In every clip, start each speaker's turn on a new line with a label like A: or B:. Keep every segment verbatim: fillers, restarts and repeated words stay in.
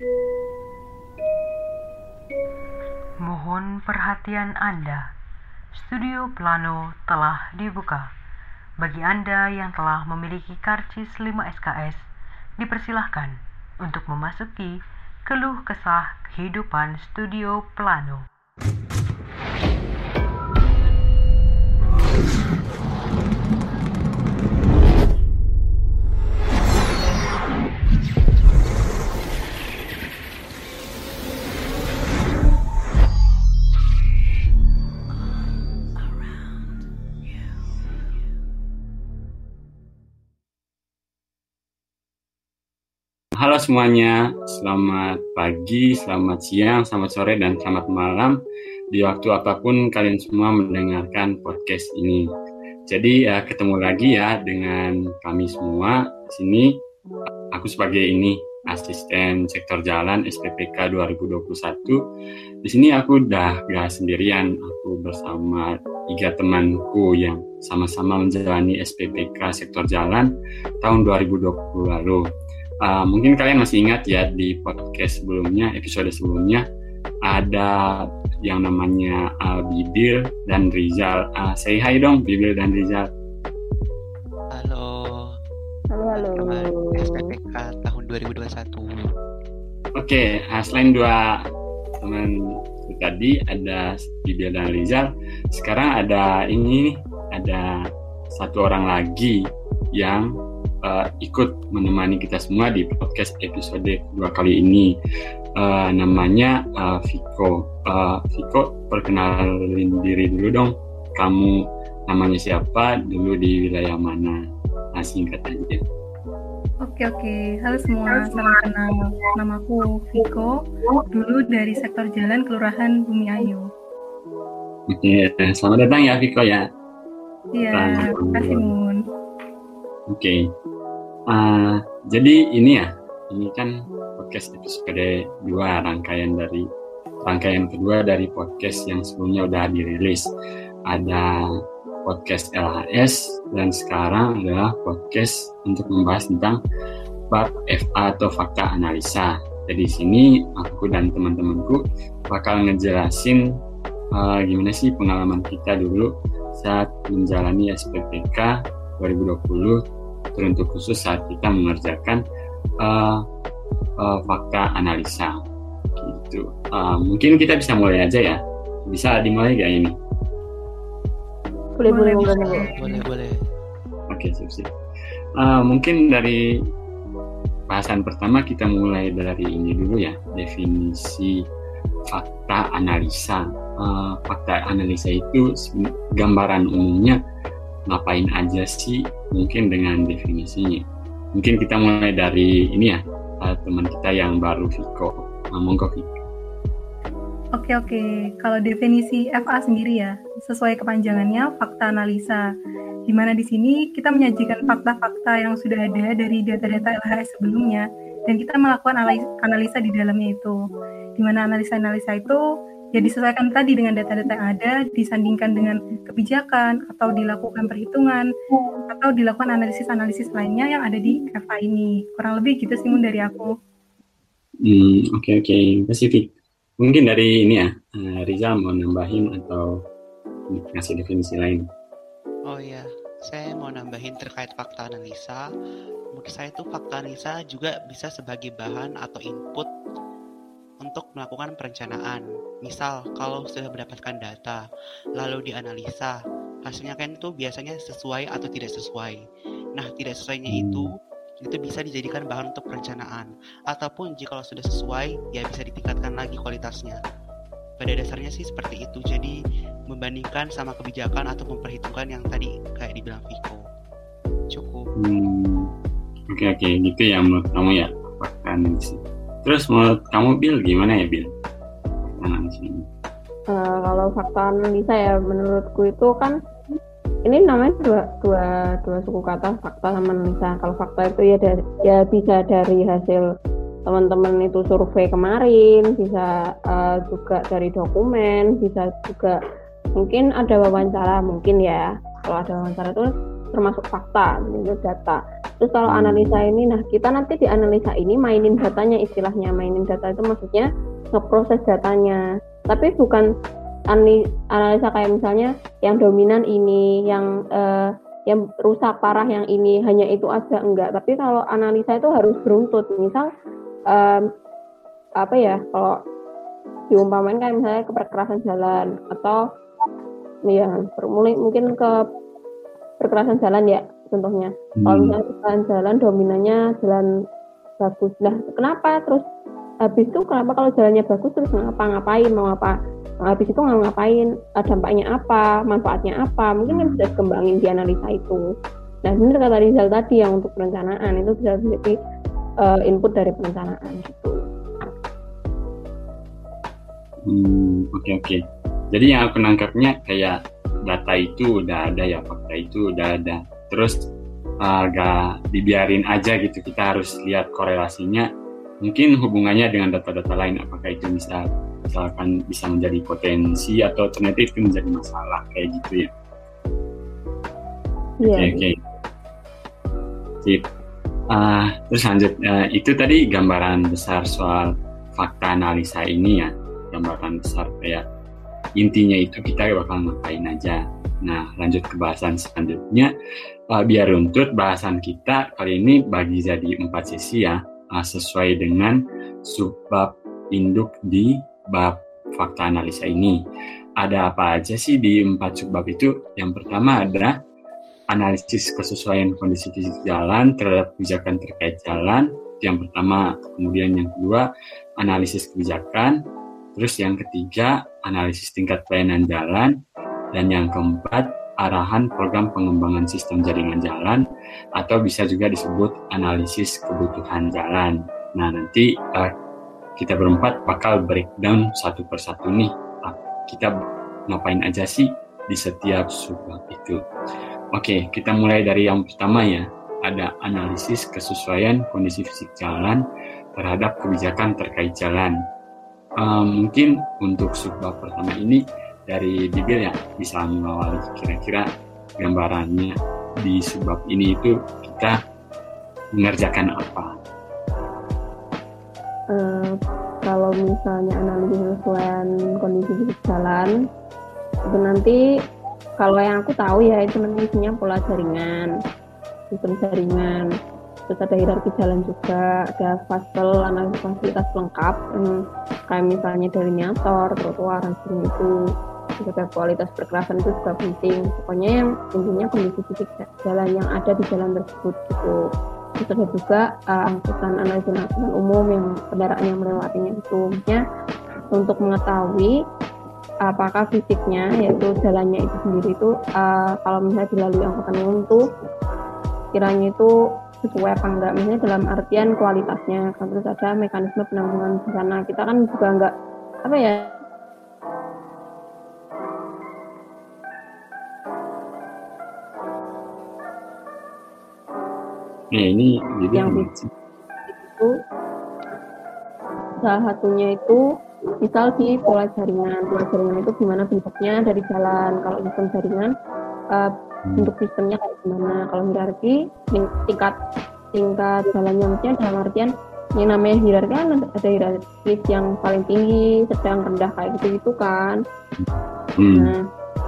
A: Mohon perhatian Anda. Studio Plano telah dibuka. Bagi Anda yang telah memiliki karcis lima S K S, dipersilahkan untuk memasuki keluh kesah kehidupan Studio Plano.
B: Halo semuanya, selamat pagi, selamat siang, selamat sore, dan selamat malam. Di waktu apapun kalian semua mendengarkan podcast ini. Jadi ya, ketemu lagi ya dengan kami semua di sini. Aku sebagai ini asisten sektor jalan S P P K dua ribu dua puluh satu. Di sini aku udah gak sendirian, aku bersama tiga temanku yang sama-sama menjalani S P P K sektor jalan tahun dua ribu dua puluh lalu. Uh, mungkin kalian masih ingat ya di podcast sebelumnya, episode sebelumnya ada yang namanya uh, Bibil dan Rizal. Uh, say hi dong Bibil dan Rizal.
C: Halo.
D: Halo halo.
C: S P P K tahun dua ribu dua puluh satu.
B: Oke, okay, uh, selain dua teman tadi ada Bibil dan Rizal, sekarang ada ini ada satu orang lagi yang Uh, ikut menemani kita semua di podcast episode kedua kali ini. Uh, namanya uh, Viko. Uh, Viko, perkenalin diri dulu dong. Kamu namanya siapa? Dulu di wilayah mana? Nah, singkat aja.
D: Oke oke. Halo semua, salam kenal. Namaku Viko. Dulu dari sektor jalan Kelurahan Bumi Ayu.
B: Oke, selamat datang ya Viko ya.
D: Iya, terima kasih Mun.
B: Oke. Uh, jadi ini ya, ini kan podcast episode dua, rangkaian dari rangkaian kedua dari podcast yang sebelumnya udah dirilis. Ada podcast L H S dan sekarang adalah podcast untuk membahas tentang bab F A atau fakta analisa. Jadi di sini aku dan teman-temanku bakal ngejelasin uh, gimana sih pengalaman kita dulu saat menjalani S P P K dua ribu dua puluh, teruntuk khusus saat kita mengerjakan uh, uh, fakta analisa gitu. Uh, mungkin kita bisa mulai aja ya. Bisa dimulai gak ini?
D: Boleh boleh boleh.
C: Boleh boleh.
B: Oke, sip sip. Uh, mungkin dari bahasan pertama kita mulai dari ini dulu ya, definisi fakta analisa. Uh, fakta analisa itu gambaran umumnya ngapain aja sih, mungkin dengan definisinya. Mungkin kita mulai dari ini ya, uh, teman kita yang baru Viko. Nah, monggo Viko.
D: Oke oke. Kalau definisi F A sendiri ya, sesuai kepanjangannya fakta analisa. Di mana di sini kita menyajikan fakta-fakta yang sudah ada dari data-data L H S sebelumnya dan kita melakukan analisa di dalamnya itu. Di mana analisa-analisa itu ya disesuaikan tadi dengan data-data yang ada, disandingkan dengan kebijakan, atau dilakukan perhitungan, atau dilakukan analisis-analisis lainnya yang ada di F A ini. Kurang lebih gitu sih Mun dari aku.
B: Hmm, oke okay, oke, okay. Spesifik. Mungkin dari ini ya, Rizal mau nambahin atau ngasih definisi lain?
C: Oh iya, saya mau nambahin terkait fakta analisa. Menurut saya itu fakta analisa juga bisa sebagai bahan atau input untuk melakukan perencanaan. Misal, kalau sudah mendapatkan data, lalu dianalisa, hasilnya kan itu biasanya sesuai atau tidak sesuai. Nah, tidak sesuainya itu, itu bisa dijadikan bahan untuk perencanaan. Ataupun jika sudah sesuai, ya bisa ditingkatkan lagi kualitasnya. Pada dasarnya sih seperti itu. Jadi, membandingkan sama kebijakan atau memperhitungkan yang tadi kayak dibilang Viko. Cukup.
B: Hmm, oke oke, gitu ya menurut kamu ya, fakta analisa. Terus menurut kamu Bil, gimana ya Bil?
E: Uh, kalau fakta analisa ya menurutku itu kan ini namanya dua dua dua suku kata, fakta sama analisa. Kalau fakta itu ya dari, ya bisa dari hasil teman-teman itu survei kemarin, bisa uh, juga dari dokumen, bisa juga mungkin ada wawancara mungkin ya. Kalau ada wawancara itu termasuk fakta, itu data. Terus kalau analisa ini, nah kita nanti di analisa ini mainin datanya, istilahnya mainin data itu maksudnya ngeproses datanya. Tapi bukan analisa kayak misalnya yang dominan ini, yang uh, yang rusak parah yang ini, hanya itu aja, enggak. Tapi kalau analisa itu harus beruntut. Misal um, apa ya, kalau diumpamain kayak misalnya keperkerasan jalan atau ya mulai mungkin ke perkerasan jalan ya contohnya. Hmm. Kalau misalnya perkerasan jalan dominannya jalan bagus, lah kenapa terus habis itu kenapa kalau jalannya bagus terus ngapa-ngapain, mau apa habis itu ngapain, dampaknya apa, manfaatnya apa, mungkin kan bisa dikembangin di analisa itu. Nah benar kata Rizal tadi, yang untuk perencanaan itu bisa menjadi uh, input dari perencanaan gitu.
B: Hmm, oke okay, oke. Okay. Jadi yang aku nangkapnya kayak data itu udah ada ya, fakta itu udah ada. Terus uh, gak dibiarin aja gitu, kita harus lihat korelasinya. Mungkin hubungannya dengan data-data lain, apakah itu bisa misalkan bisa menjadi potensi atau ternyata itu menjadi masalah kayak gitu ya. Iya. Yeah. Oke okay, oke. Okay. Sip. Uh, terus lanjut, uh, itu tadi gambaran besar soal fakta analisa ini ya. Gambaran besar kayak intinya itu kita bakal ngapain aja. Nah lanjut ke bahasan selanjutnya, uh, biar runtut bahasan kita kali ini bagi jadi empat sesi ya, uh, sesuai dengan subbab induk di bab fakta analisa ini. Ada apa aja sih di empat subbab itu? Yang pertama ada analisis kesesuaian kondisi fisik jalan terhadap kebijakan terkait jalan. Yang pertama. Kemudian yang kedua analisis kebijakan. Terus yang ketiga, analisis tingkat pelayanan jalan. Dan yang keempat, arahan program pengembangan sistem jaringan jalan, atau bisa juga disebut analisis kebutuhan jalan. Nah, nanti uh, kita berempat bakal breakdown satu persatu nih. Uh, kita ngapain aja sih di setiap subbab itu. Oke, kita mulai dari yang pertama ya. Ada analisis kesesuaian kondisi fisik jalan terhadap kebijakan terkait jalan. Um, mungkin untuk subbab pertama ini dari Bibil ya bisa mengawali kira-kira gambarannya di subbab ini itu kita mengerjakan apa?
E: Uh, kalau misalnya analisis kesesuaian kondisi fisik jalan itu nanti kalau yang aku tahu ya itu nanti isinya pola jaringan, sistem jaringan. Terus ada hierarki jalan juga, ada fasel, analisis fasilitas lengkap, hmm, kayak misalnya dari niator, trotoar, dan sebagainya itu. Terus ada kualitas perkerasan itu juga penting. Pokoknya yang intinya kondisi fisik jalan yang ada di jalan tersebut gitu. Terus ada juga uh, angkutan analisis angkutan umum yang kendaraan yang melewatinya itu. Maksudnya untuk mengetahui apakah fisiknya, yaitu jalannya itu sendiri itu, uh, kalau misalnya dilalui angkutan umum tuh kiranya itu sesuai apa enggak, misalnya dalam artian kualitasnya. Terus ada mekanisme penanggulangan bencana. Kita kan juga enggak apa ya
B: ya ini jadi
E: yang itu salah satunya itu misal di pola jaringan. Pola jaringan itu gimana bentuknya dari jalan. Kalau sistem jaringan uh, bentuk sistemnya kayak gimana. Kalau hierarki tingkat tingkat jalannya maksudnya dalam artian yang namanya hierarki kan ada hierarki yang paling tinggi, sedang, rendah kayak gitu gitu kan. Hmm. Nah,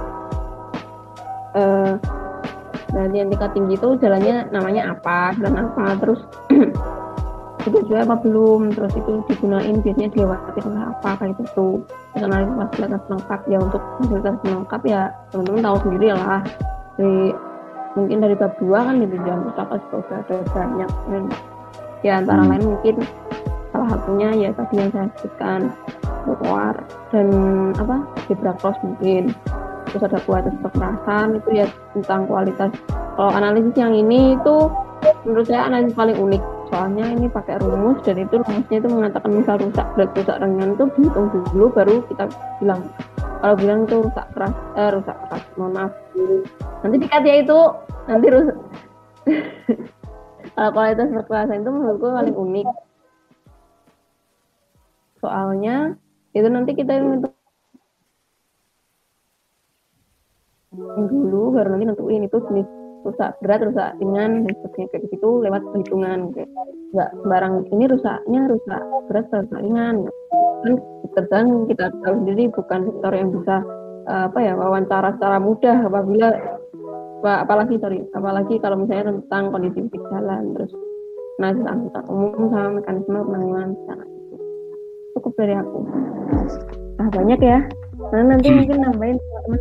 E: eh, dan yang tingkat tinggi itu jalannya namanya apa dan apa, terus sudah sesuai apa belum, terus itu digunain biasanya dilewati oleh apa kayak gitu. Analisis fasilitas lengkap ya, untuk fasilitas lengkap ya teman-teman tahu sendiri lah. Dari, mungkin dari bab dua kan di bidang pustaka juga ada banyak, dan ya antara hmm. lain mungkin salah satunya ya tadi yang saya sebutkan trotoar dan apa zebra cross mungkin. Terus ada kualitas kekerasan itu ya tentang kualitas. Kalau analisis yang ini itu menurut saya analisis paling unik, soalnya ini pakai rumus dan itu rumusnya itu mengatakan misal rusak berat, rusak ringan itu dihitung dulu baru kita bilang. Kalau bilang itu rusak keras, eh, rusak keras, mohon maaf. Nanti dikatnya itu nanti rusak. Kalau kualitas kekerasan itu menurutku paling unik. Soalnya itu nanti kita hitung dulu baru nanti nentuin itu jenis rusak berat, rusak ringan dan sebagainya kayak gitu lewat perhitungan. Kayak nggak sembarang ini rusaknya rusak berat atau rusak ringan. Kan tergantung kita tahu sendiri, bukan sektor yang bisa uh, apa ya wawancara secara mudah apabila apalagi sorry apalagi kalau misalnya tentang kondisi fisik jalan, terus analisis angkutan umum sama mekanisme penanggulangan bencana. Cukup dari aku. Ah banyak ya. Nah nanti hmm. mungkin nambahin teman-teman.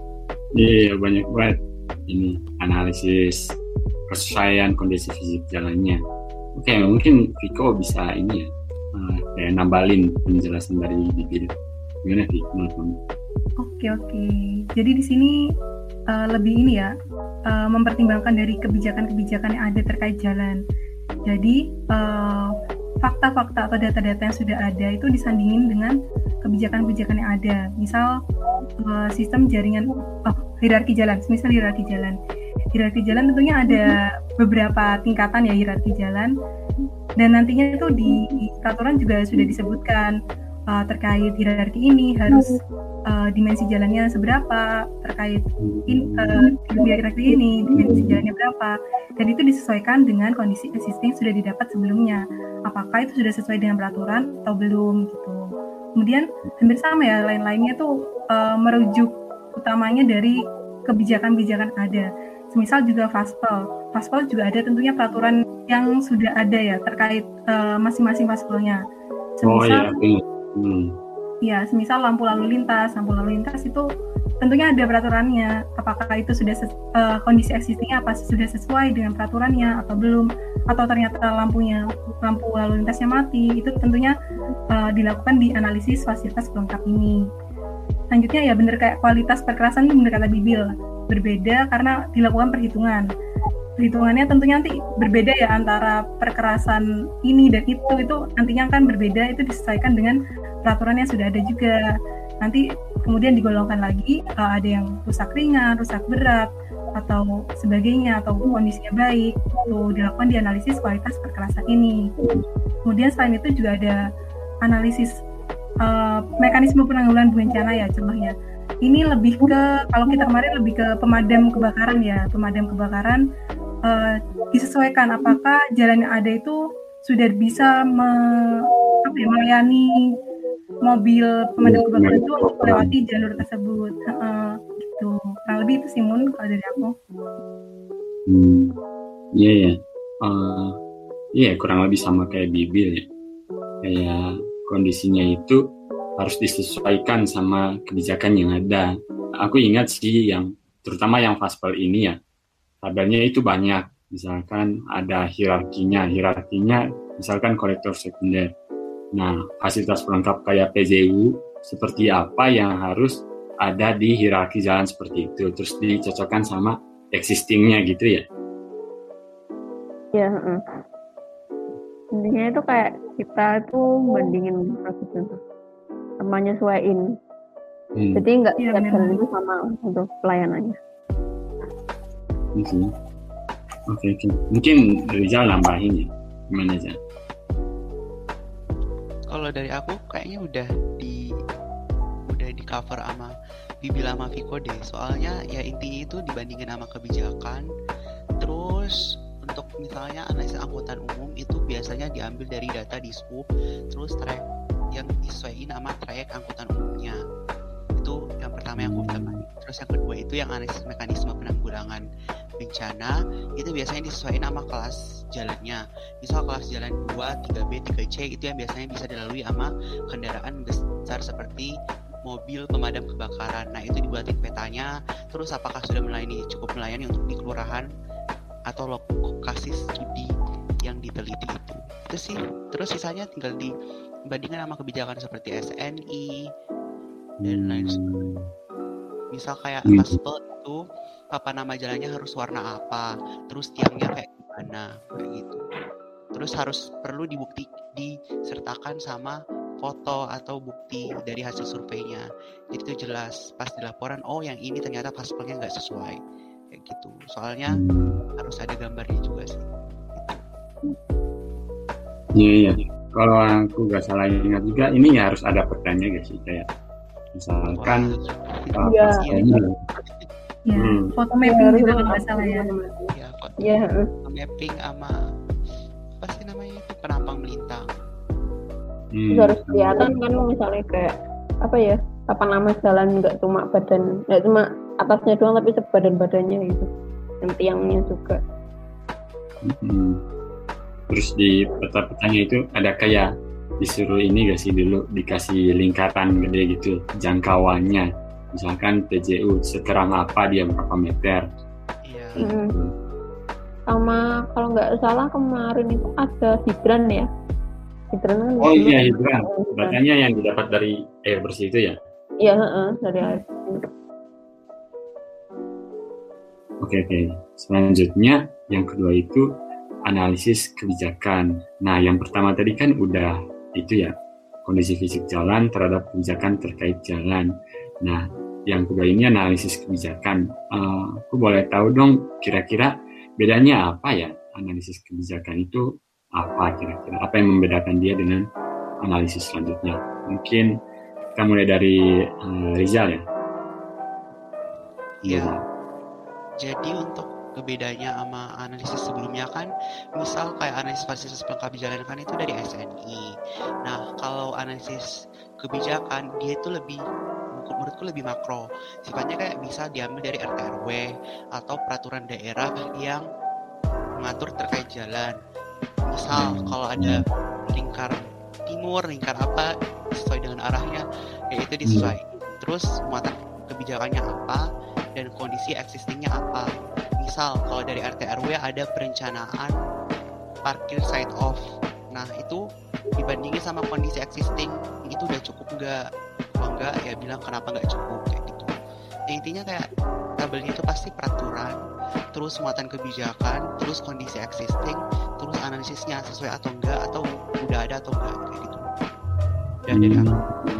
B: Iya banyak banget ini analisis kesesuaian kondisi fisik jalannya. Oke mungkin Viko bisa ini ya uh, kayak nambalin penjelasan dari Bibil. Gimana sih menurutmu?
D: Oke oke. Jadi di sini uh, lebih ini ya uh, mempertimbangkan dari kebijakan-kebijakan yang ada terkait jalan. Jadi uh, fakta-fakta atau data-data yang sudah ada itu disandingin dengan kebijakan-kebijakan yang ada. Misal uh, sistem jaringan oh, hierarki jalan, misal hierarki jalan. Hierarki jalan tentunya ada beberapa tingkatan ya hierarki jalan. Dan nantinya itu di peraturan juga sudah disebutkan uh, terkait hierarki ini harus uh, dimensi jalannya seberapa, terkait in, uh, hierarki ini dimensi jalannya berapa. Dan itu disesuaikan dengan kondisi existing sudah didapat sebelumnya. Apakah itu sudah sesuai dengan peraturan atau belum gitu. Kemudian hampir sama ya lain-lainnya tuh uh, merujuk utamanya dari kebijakan-kebijakan ada. Semisal juga Faspel. Faspel juga ada tentunya peraturan yang sudah ada ya terkait uh, masing-masing Faspelnya. Semisal,
B: oh iya. Hmm.
D: Ya, semisal lampu lalu lintas, lampu lalu lintas itu tentunya ada peraturannya. Apakah itu sudah ses- uh, kondisi existingnya apa sudah sesuai dengan peraturannya atau belum? Atau ternyata lampunya lampu lalu lintasnya mati, itu tentunya uh, dilakukan di analisis fasilitas pelengkap ini. Selanjutnya ya benar kayak kualitas perkerasan itu benar kata Bibil, berbeda karena dilakukan perhitungan. Perhitungannya tentunya nanti berbeda ya antara perkerasan ini dan itu, itu nantinya kan berbeda, itu disesuaikan dengan peraturan yang sudah ada juga. Nanti kemudian digolongkan lagi uh, ada yang rusak ringan, rusak berat, atau sebagainya, atau kondisinya baik, itu dilakukan di analisis kualitas perkerasan ini. Kemudian selain itu juga ada analisis uh, mekanisme penanggulangan bencana ya contohnya. Ini lebih ke, kalau kita kemarin lebih ke pemadam kebakaran ya, pemadam kebakaran uh, disesuaikan apakah jalan yang ada itu sudah bisa me, apa ya, melayani mobil pemadam kebakaran itu untuk melewati jalur tersebut. Uh, gitu. Kurang lebih itu sih Mun kalau dari aku.
B: Hmm. Iya ya. Uh, iya kurang lebih sama kayak Bibil ya. Kayak kondisinya itu harus disesuaikan sama kebijakan yang ada. Aku ingat sih yang terutama yang Faspel ini ya. Tabelnya itu banyak. Misalkan ada hierarkinya, hierarkinya misalkan kolektor sekunder. Nah, fasilitas pelengkap kayak P J U seperti apa yang harus ada di hierarki jalan seperti itu, terus dicocokkan sama existingnya gitu ya?
E: Iya, uh. intinya itu kayak kita tuh bandingin proses itu, sama nyesuaiin. Hmm. Jadi nggak
D: ya,
E: setiap jalan itu sama untuk pelayanannya.
B: Hmm. Oke, okay, okay. Mungkin Rizal nambahin ya, gimana aja?
C: Kalau dari aku kayaknya udah di udah di cover sama Bibil sama Viko deh. Soalnya ya intinya itu dibandingin sama kebijakan. Terus untuk misalnya analisis angkutan umum itu biasanya diambil dari data di S U P, terus track yang disesuaikan sama trayek angkutan umumnya. Itu yang pertama yang aku bilang. Terus yang kedua itu yang analisis mekanisme penanggulangan bencana, itu biasanya disesuaikan sama kelas jalannya. Misal kelas jalan dua, tiga B, tiga C itu yang biasanya bisa dilalui sama kendaraan besar seperti mobil pemadam kebakaran. Nah itu dibuatin petanya, terus apakah sudah melayani, cukup melayani untuk di kelurahan atau lokasi studi yang diteliti itu. Itu sih. Terus sisanya tinggal dibandingkan sama kebijakan seperti S N I dan lain sebagainya. Misal kayak Faspel itu papan nama jalannya harus warna apa, terus tiangnya kayak gimana, kayak gitu. Terus harus perlu dibukti disertakan sama foto atau bukti dari hasil surveinya. Jadi itu jelas pas di laporan, oh yang ini ternyata Faspelnya nggak sesuai, kayak gitu. Soalnya harus ada gambarnya juga sih.
B: Iya, iya. Kalau aku nggak salah ingat juga, ini ya harus ada petanya gak sih, kayak misalkan
E: Iya.
B: Faspelnya
D: Ya,
B: Hmm.
D: foto
E: Ya,
D: mapping
E: harus
D: juga
E: banget.
D: kalau nggak salah ya.
C: Ya, kok
E: Ya, heeh.
C: mapping sama apa sih namanya itu penampang melintang.
B: Hmm.
E: Terus harus kelihatan kan misalnya kayak apa ya, apa nama jalan, nggak cuma badan, nggak cuma atasnya doang tapi sebadan badannya gitu, yang tiangnya juga.
B: Hmm. Terus di peta-petanya itu ada kayak disuruh ini gak sih dulu dikasih lingkaran gede gitu jangkauannya, misalkan T J U seterang apa dia berapa meter.
C: Iya.
E: Hmm. Sama kalau nggak salah kemarin itu ada hidran ya, hidran kan
B: Oh
E: dulu-
B: iya hidran,
E: Oh, hidran.
B: datanya yang didapat dari air bersih itu ya.
E: Iya, heeh, dari air.
B: Oke oke. Selanjutnya yang kedua itu analisis kebijakan. Nah yang pertama tadi kan udah itu ya, kondisi fisik jalan terhadap kebijakan terkait jalan. Nah yang kedua ini analisis kebijakan. Uh, aku boleh tahu dong kira-kira bedanya apa ya analisis kebijakan itu apa kira-kira? Apa yang membedakan dia dengan analisis selanjutnya? Mungkin kita mulai dari uh, Rizal ya.
C: Iya. Jadi untuk bedanya sama analisis sebelumnya kan, misal kayak analisis fasilitas pelengkap jalan kan itu dari S N I. Nah kalau analisis kebijakan dia itu lebih, menurutku lebih makro. Sifatnya kayak bisa diambil dari R T R W atau peraturan daerah yang mengatur terkait jalan. Misal kalau ada lingkar timur, lingkar apa sesuai dengan arahnya, ya itu disesuaikan. Terus muatan kebijakannya apa dan kondisi existingnya apa. Misal kalau dari R T R W ada perencanaan parkir side off. Nah itu dibandingin sama kondisi existing itu udah cukup nggak? Kalau nggak ya bilang kenapa nggak cukup kayak gitu. Ya, intinya kayak tabelnya itu pasti peraturan, terus muatan kebijakan, terus kondisi existing, terus analisisnya sesuai atau enggak, atau udah ada atau enggak kayak gitu. Dan dari aku.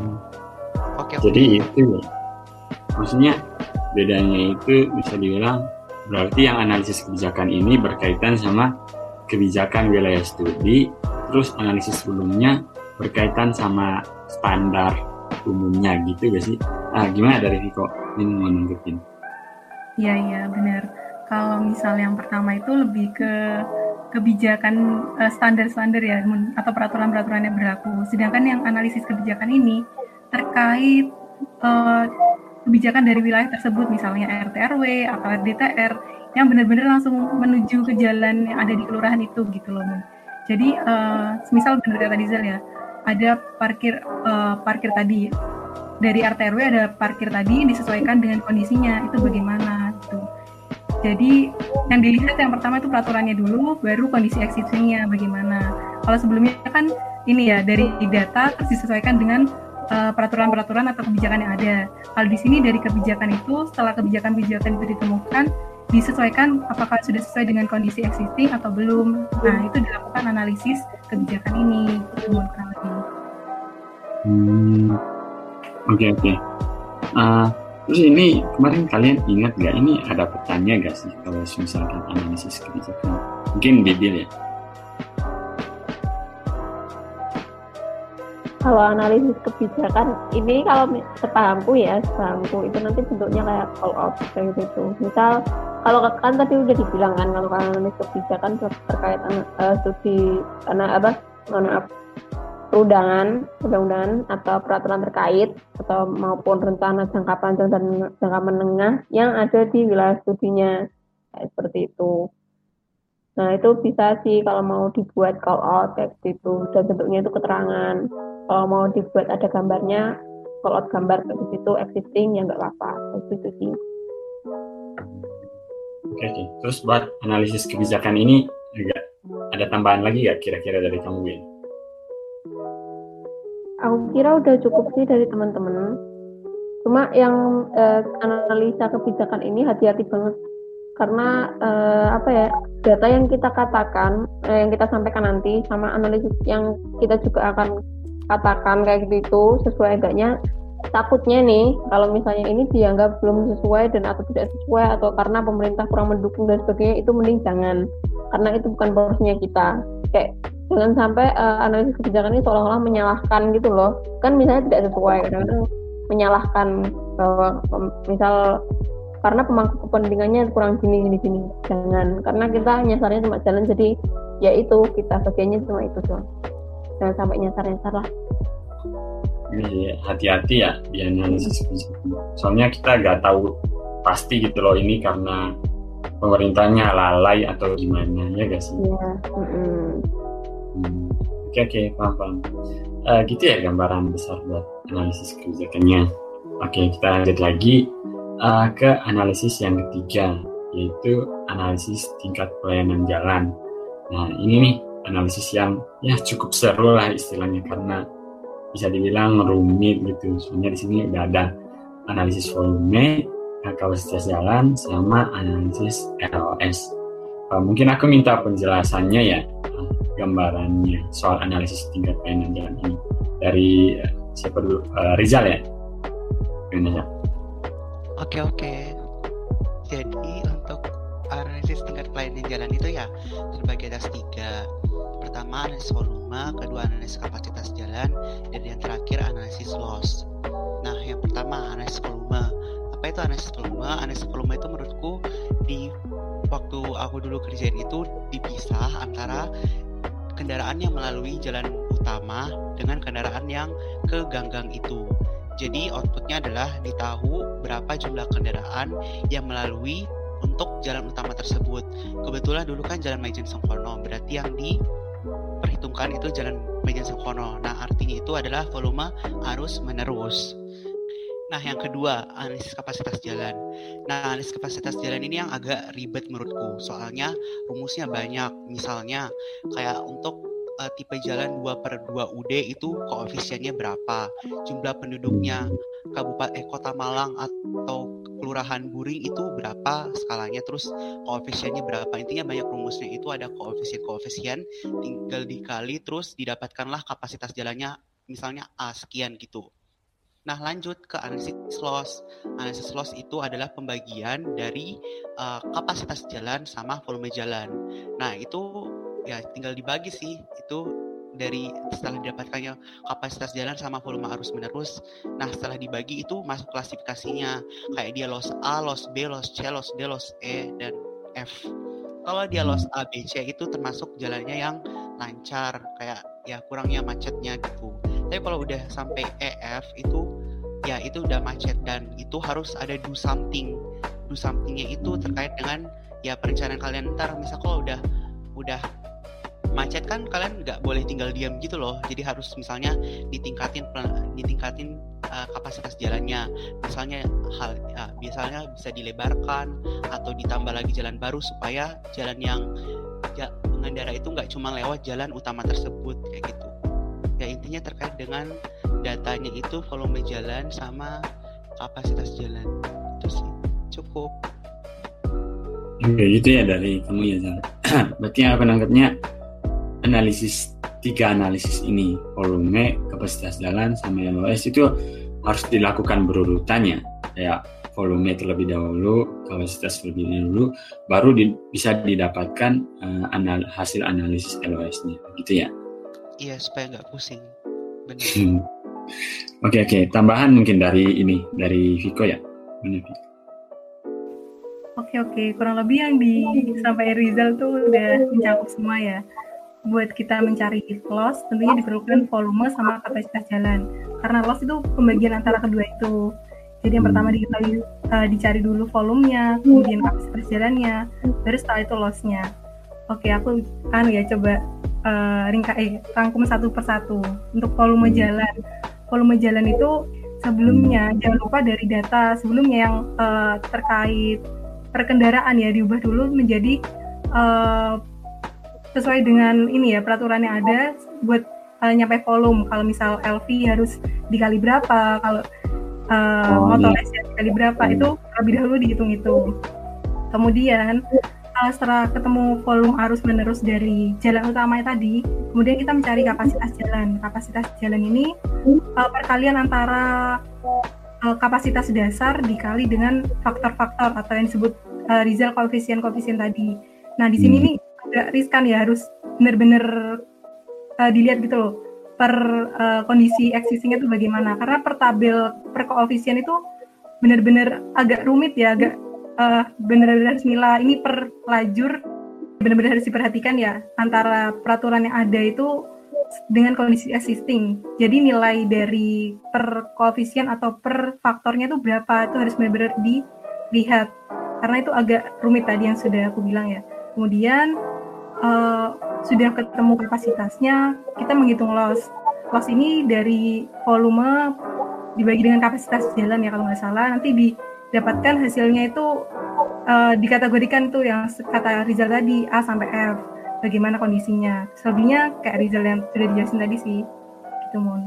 C: Oke.
B: Jadi itu ya. Maksudnya bedanya itu bisa dibilang berarti yang analisis kebijakan ini berkaitan sama kebijakan wilayah studi, terus analisis sebelumnya berkaitan sama standar umumnya gitu gak sih? Ah gimana dari Viko? Ini mau nanggepin.
D: Iya, iya, benar. Kalau misal yang pertama itu lebih ke kebijakan uh, standar-standar ya, atau peraturan-peraturan yang berlaku. Sedangkan yang analisis kebijakan ini terkait uh, kebijakan dari wilayah tersebut, misalnya R T R W atau R D T R, yang benar-benar langsung menuju ke jalan yang ada di kelurahan itu gitu loh. Jadi, uh, misal benar kata Dizal ya, ada parkir uh, parkir tadi dari R T R W ada parkir tadi disesuaikan dengan kondisinya itu bagaimana gitu. Jadi yang dilihat yang pertama itu peraturannya dulu, baru kondisi existingnya bagaimana. Kalau sebelumnya kan ini ya dari data terus disesuaikan dengan uh, peraturan-peraturan atau kebijakan yang ada. Kalau di sini dari kebijakan itu, setelah kebijakan-kebijakan itu ditemukan, disesuaikan apakah sudah sesuai dengan kondisi existing atau belum. Nah itu dilakukan analisis kebijakan ini, kurang lebih.
B: Hmm, oke okay, oke. Okay. Uh, terus ini kemarin kalian ingat nggak ini ada petanya nggak sih kalau misalkan analisis kebijakan? Mungkin Bibil ya.
E: Kalau analisis kebijakan ini kalau sepahamku ya, sepahamku itu nanti bentuknya kayak call out kayak gitu. Misal kalau kan tadi udah dibilang kan kalau analisis kebijakan terkait uh, studi karena apa? Mana perundangan, undang-undangan atau peraturan terkait atau maupun rencana jangka panjang dan jangka menengah yang ada di wilayah studinya kayak seperti itu. Nah itu bisa sih kalau mau dibuat call out kayak gitu dan bentuknya itu keterangan. Kalau mau dibuat ada gambarnya, call out gambar kayak gitu existing ya nggak apa-apa kayak gitu sih.
B: Oke, okay. Terus buat analisis kebijakan ini juga ada tambahan lagi nggak kira-kira dari kamu Win?
E: Aku kira udah cukup sih dari teman-teman. Cuma yang eh, analisa kebijakan ini hati-hati banget karena eh, apa ya data yang kita katakan, eh, yang kita sampaikan nanti sama analisis yang kita juga akan katakan kayak gitu sesuai enggaknya. Takutnya nih kalau misalnya ini dianggap belum sesuai dan atau tidak sesuai atau karena pemerintah kurang mendukung dan sebagainya, itu mending jangan, karena itu bukan porsinya kita. Kayak jangan sampai uh, analisis kebijakan ini seolah-olah menyalahkan gitu loh, kan misalnya tidak sesuai, kadang-kadang menyalahkan bahwa misal karena pemangku kepentingannya kurang gini gini gini. Jangan, karena kita nyasarnya cuma jalan, jadi ya itu kita bagiannya cuma itu doang. Jangan sampai nyasar-nyasar lah.
B: Ini hati-hati ya di analisis kerjanya. Soalnya kita nggak tahu pasti gitu loh ini karena pemerintahnya lalai atau gimana, ya gak sih?
E: Iya. Mm-hmm.
B: Hmm. Oke oke paham paham. Uh, gitu ya gambaran besar buat analisis kebijakannya. Oke, kita lanjut lagi uh, ke analisis yang ketiga, yaitu analisis tingkat pelayanan jalan. Nah ini nih analisis yang ya cukup seru lah istilahnya, karena bisa dibilang rumit gitu. Soalnya di sini udah ada analisis volume, kapasitas jalan, sama analisis L O S. Uh, mungkin aku minta penjelasannya ya, uh, gambarannya soal analisis tingkat pelayanan jalan ini dari uh, siapa dulu? Uh, Rizal ya? Gimana ya?
C: Oke oke. Jadi untuk analisis tingkat pelayanan jalan itu ya terbagi atas tiga. Pertama analisis volume, kedua analisis kapasitas jalan, dan yang terakhir analisis loss. Nah yang pertama analisis volume. Apa itu analisis volume? Analisis volume itu menurutku di waktu aku dulu kerjain itu dipisah antara kendaraan yang melalui jalan utama dengan kendaraan yang ke ganggang itu. Jadi outputnya adalah ditahu berapa jumlah kendaraan yang melalui untuk jalan utama tersebut. Kebetulan dulu kan jalan Maijen Sengkono, berarti yang diperhitungkan itu jalan Maijen Sengkono. Nah artinya itu adalah volume arus menerus. Nah yang kedua analisis kapasitas jalan. Nah analisis kapasitas jalan ini yang agak ribet menurutku, soalnya rumusnya banyak. Misalnya kayak untuk Uh, tipe jalan dua per dua U D itu koefisiennya berapa, jumlah penduduknya kabupaten eh, kota Malang atau kelurahan Buring itu berapa skalanya, terus koefisiennya berapa. Intinya banyak rumusnya, itu ada koefisien-koefisien, tinggal dikali terus didapatkanlah kapasitas jalannya, misalnya A sekian gitu. Nah lanjut ke analisis loss. Analisis loss itu adalah pembagian dari uh, kapasitas jalan sama volume jalan. Nah itu ya tinggal dibagi sih, itu dari setelah didapatkannya kapasitas jalan sama volume arus menerus. Nah setelah dibagi itu masuk klasifikasinya, kayak dia loss A, loss B, loss C, loss D, loss E, dan F. Kalau dia loss A, B, C itu termasuk jalannya yang lancar, kayak ya kurangnya macetnya gitu. Tapi kalau udah sampai E, F itu ya itu udah macet, dan itu harus ada do something. Do somethingnya itu terkait dengan ya perencanaan kalian ntar. Misal kalau udah udah macet kan kalian nggak boleh tinggal diam gitu loh, jadi harus misalnya ditingkatin ditingkatin uh, kapasitas jalannya, misalnya hal uh, misalnya bisa dilebarkan atau ditambah lagi jalan baru supaya jalan yang ya, pengendara itu nggak cuma lewat jalan utama tersebut kayak gitu ya. Intinya terkait dengan datanya itu volume jalan sama kapasitas jalan, itu sih cukup.
B: Oke gitu ya dari kamu ya Zal. Berarti yang aku nangkepnya analisis tiga analisis ini, volume, kapasitas jalan, sama L O S itu harus dilakukan berurutannya. Kayak volume terlebih dahulu, kapasitas terlebih dahulu, baru di, bisa didapatkan uh, anal, hasil analisis L O S-nya, gitu ya?
C: Iya, supaya nggak pusing. Benar.
B: Oke oke, tambahan mungkin dari ini, dari Viko ya? Benar, Viko?
D: Oke oke, kurang lebih yang disampaikan Rizal tuh udah mencakup semua ya. Buat kita mencari loss tentunya diperlukan volume sama kapasitas jalan, karena loss itu pembagian antara kedua itu. Jadi yang pertama diketahui, uh, dicari dulu volumenya, kemudian kapasitas jalannya, baru setelah itu lossnya. Oke, aku kan ya coba uh, ringka, eh, rangkum satu persatu. Untuk volume jalan, volume jalan itu sebelumnya jangan lupa dari data sebelumnya yang uh, terkait perkendaraan ya diubah dulu menjadi uh, sesuai dengan ini ya peraturan yang ada buat uh, nyampe volume. Kalau misal L V harus dikali berapa, kalau uh, oh, motor S iya. dikali berapa, hmm. itu lebih dahulu dihitung itu. Kemudian uh, setelah ketemu volume arus menerus dari jalan utamanya tadi, kemudian kita mencari kapasitas jalan. Kapasitas jalan ini uh, perkalian antara uh, kapasitas dasar dikali dengan faktor-faktor atau yang disebut uh, Rizal koefisien-koefisien tadi. Nah di sini hmm. nih agak riskan ya, harus benar-benar uh, dilihat gitu loh per uh, kondisi existing itu bagaimana, karena per tabel per koefisien itu benar-benar agak rumit ya, agak uh, benar-benar harus milah ini per lajur, benar-benar harus diperhatikan ya antara peraturan yang ada itu dengan kondisi existing. Jadi nilai dari per koefisien atau per faktornya itu berapa, itu harus benar-benar dilihat. Karena itu agak rumit tadi yang sudah aku bilang ya. Kemudian uh, sudah ketemu kapasitasnya, kita menghitung loss. Loss ini dari volume dibagi dengan kapasitas jalan ya kalau nggak salah. Nanti didapatkan hasilnya itu uh, dikategorikan tuh yang kata Rizal tadi A sampai F. Bagaimana kondisinya. Selebihnya kayak Rizal yang sudah dijelasin tadi sih. Gitu, Mon.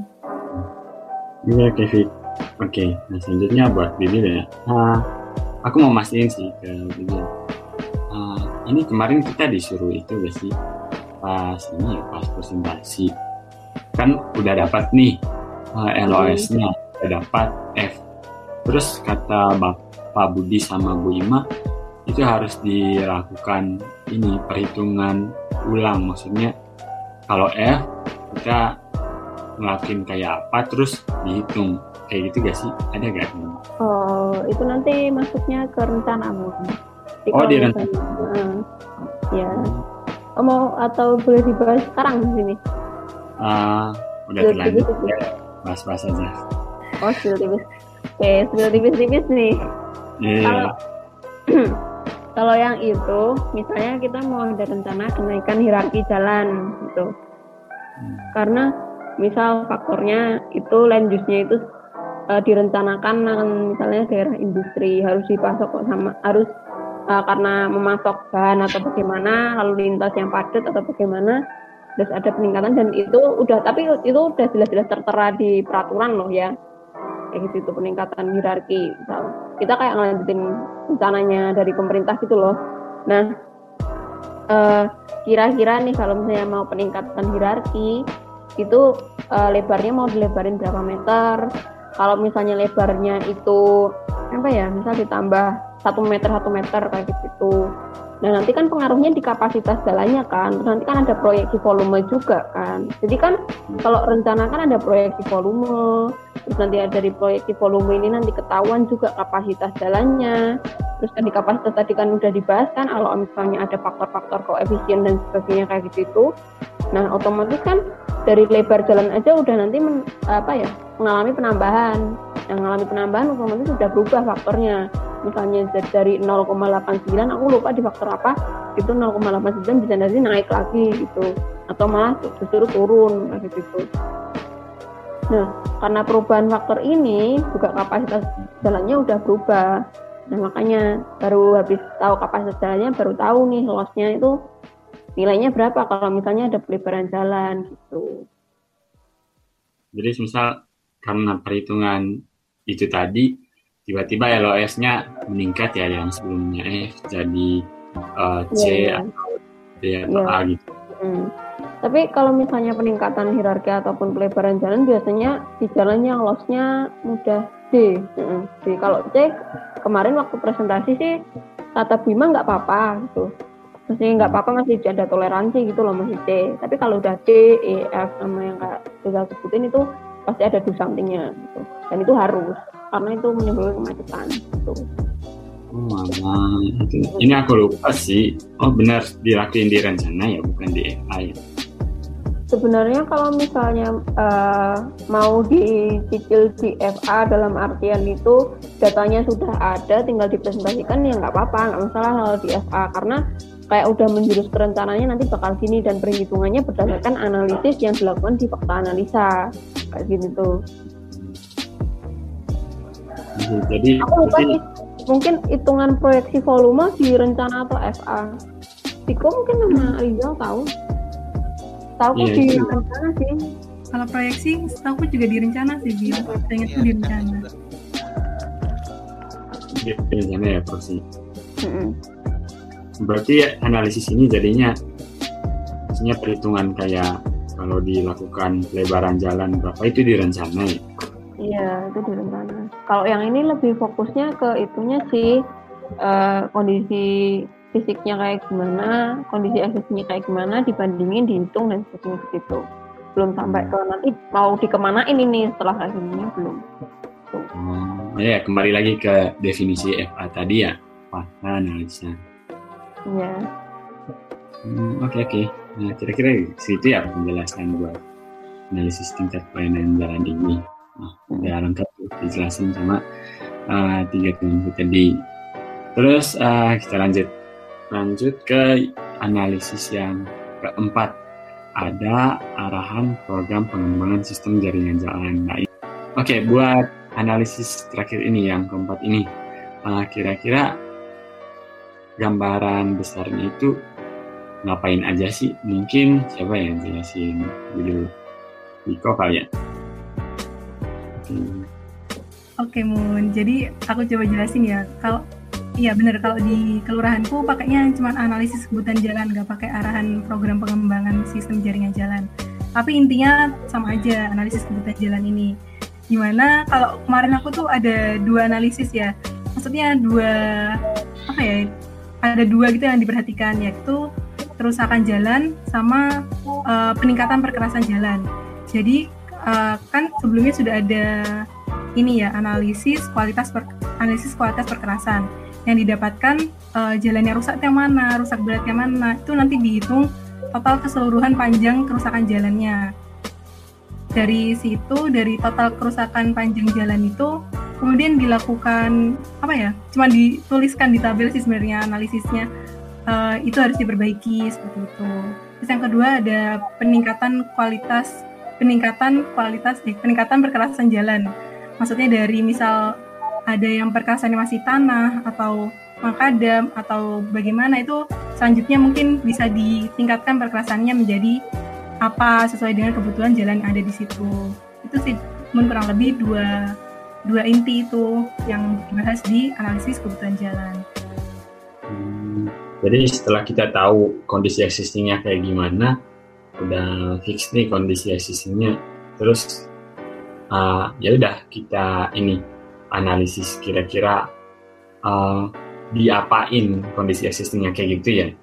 B: Iya, Kevin. Oke, nah selanjutnya buat Bibi ya. Uh, aku mau mastiin sih ke Bibi. Uh, ini kemarin kita disuruh itu gak sih? Pas ini ya, pas presentasi. Kan udah dapat nih uh, L O S-nya, udah dapat F. Terus kata Bapak Budi sama Bu Ima, itu harus dilakukan ini perhitungan ulang, maksudnya kalau F kita ngelakuin kayak apa terus dihitung kayak gitu gak sih, ada gak?
E: Oh itu nanti masuknya ke rencana mu.
B: Oh di rencana.
E: Uh, ya. Oh, mau atau boleh dibahas sekarang di sini?
B: Uh, udah terlanjur ya, bahas-bahas aja.
E: Oh spill tipis. Oke, spill tipis-tipis nih.
B: Yeah.
E: Kalau Kalau yang itu, misalnya kita mau ada rencana kenaikan hierarki jalan, gitu. Hmm. Karena misal faktornya itu land use-nya itu uh, direncanakan misalnya daerah industri harus dipasok sama harus uh, karena memasok bahan atau bagaimana, lalu lintas yang padat atau bagaimana, terus ada peningkatan dan itu udah tapi itu udah jelas-jelas tertera di peraturan loh ya. Kayak gitu itu peningkatan hierarki misal. Kita kayak ngelanjutin rencananya dari pemerintah gitu loh. Nah, uh, kira-kira nih kalau misalnya mau peningkatan hierarki itu uh, lebarnya mau dilebarin berapa meter? Kalau misalnya lebarnya itu apa ya? Misal ditambah satu meter satu meter kayak gitu. Nah nanti kan pengaruhnya di kapasitas jalannya kan. Terus nanti kan ada proyeksi volume juga kan. Jadi kan kalau rencana kan ada proyeksi volume. Terus nanti ada dari proyeksi volume ini nanti ketahuan juga kapasitas jalannya. Terus kan di kapasitas tadi kan udah dibahas kan kalau misalnya ada faktor-faktor koefisien dan sebagainya kayak gitu. Nah otomatis kan dari lebar jalan aja udah nanti men, apa ya mengalami penambahan. Yang mengalami penambahan otomatis sudah berubah faktornya. Misalnya dari nol koma delapan sembilan aku lupa di faktor apa itu nol koma delapan sembilan bisa nanti naik lagi gitu atau malah justru turun kayak gitu. Nah karena perubahan faktor ini juga kapasitas jalannya udah berubah. Nah makanya baru habis tahu kapasitas jalannya baru tahu nih lossnya itu nilainya berapa kalau misalnya ada pelebaran jalan gitu.
B: Jadi misal karena perhitungan itu tadi tiba-tiba L O S-nya meningkat ya yang sebelumnya F jadi uh, C yeah, atau D atau yeah. A gitu.
E: Hmm. Tapi kalau misalnya peningkatan hierarki ataupun pelebaran jalan biasanya di jalan yang loss-nya mudah D. Hmm. Jadi kalau C kemarin waktu presentasi sih kata Bima nggak apa-apa gitu. Masih nggak apa-apa masih ada toleransi gitu loh masih C. Tapi kalau udah D, E, F sama yang kayak kita sebutin itu pasti ada do something-nya gitu. Dan itu harus karena itu menimbulkan kemacetan gitu.
B: Oh mama, itu. Ini aku lupa sih. Oh benar dilakuin di rencana ya, bukan di F A ya.
E: Sebenarnya kalau misalnya uh, mau dicicil di F A dalam artian itu datanya sudah ada, tinggal dipresentasikan ya nggak apa-apa, nggak masalah kalau di F A karena kayak udah menjurus ke rencananya nanti bakal gini dan perhitungannya berdasarkan analisis yang dilakukan di fakta analisa kayak gitu.
B: Jadi
E: aku lupa nih, mungkin hitungan proyeksi volume di rencana atau F A. Tiko mungkin nama Rizal tahu. Tahu
B: iya,
E: di
B: iya.
E: rencana sih.
D: Kalau proyeksi, setahu juga di rencana sih, Bil. Saya ingat tuh di rencana.
B: Di rencana ya, proyeksi.
E: Mm-hmm.
B: Berarti analisis ini jadinya, maksudnya perhitungan kayak kalau dilakukan lebaran jalan berapa itu di rencana ya?
E: Iya, itu di rencana. Kalau yang ini lebih fokusnya ke itunya sih, uh, kondisi fisiknya kayak gimana, kondisi eksesinya kayak gimana, dibandingin, dihitung, dan sebagainya gitu. Belum sampai ke nanti mau dikemanain ini setelah kayak gini, belum.
B: Oh, ya kembali lagi ke definisi F A tadi ya, fakta analisa.
E: Iya.
B: Hmm, Oke oke. Nah kira-kira situ ya penjelasan buat analisis tingkat pelayanan jalan ini. Nah, udah lengkap dijelasin sama uh, tiga temanku tadi. Terus uh, kita lanjut lanjut ke analisis yang keempat. Ada arahan program pengembangan sistem jaringan jalan. Nah, Oke, okay, buat analisis terakhir ini yang keempat ini, uh, kira-kira gambaran besarnya itu ngapain aja sih? Mungkin siapa yang jelasin dulu? Niko kali ya?
D: Hmm. Oke, Mun. Jadi aku coba jelasin ya. Kalau iya benar, kalau di kelurahanku pakainya cuma analisis kebutuhan jalan, nggak pakai arahan program pengembangan sistem jaringan jalan. Tapi intinya sama aja analisis kebutuhan jalan ini. Gimana kalau kemarin aku tuh ada dua analisis ya. Maksudnya dua apa ya? Ada dua gitu yang diperhatikan, yaitu kerusakan jalan sama uh, peningkatan perkerasan jalan. Jadi uh, kan sebelumnya sudah ada ini ya, analisis kualitas per, analisis kualitas perkerasan yang didapatkan uh, jalannya rusak yang mana, rusak berat yang mana, itu nanti dihitung total keseluruhan panjang kerusakan jalannya. Dari situ, dari total kerusakan panjang jalan itu kemudian dilakukan apa ya, cuma dituliskan di tabel sih sebenarnya analisisnya. Uh, itu harus diperbaiki seperti itu. Terus yang kedua ada peningkatan kualitas peningkatan kualitas eh, peningkatan perkerasan jalan. Maksudnya dari misal ada yang perkerasannya masih tanah atau makadam atau bagaimana, itu selanjutnya mungkin bisa ditingkatkan perkerasannya menjadi apa sesuai dengan kebutuhan jalan yang ada di situ. Itu sih kurang lebih dua dua inti itu yang dibahas di analisis kebutuhan jalan.
B: Hmm. Jadi setelah kita tahu kondisi existingnya kayak gimana, udah fix nih kondisi existingnya, terus uh, ya udah kita ini analisis kira-kira uh, diapain kondisi existingnya kayak gitu ya?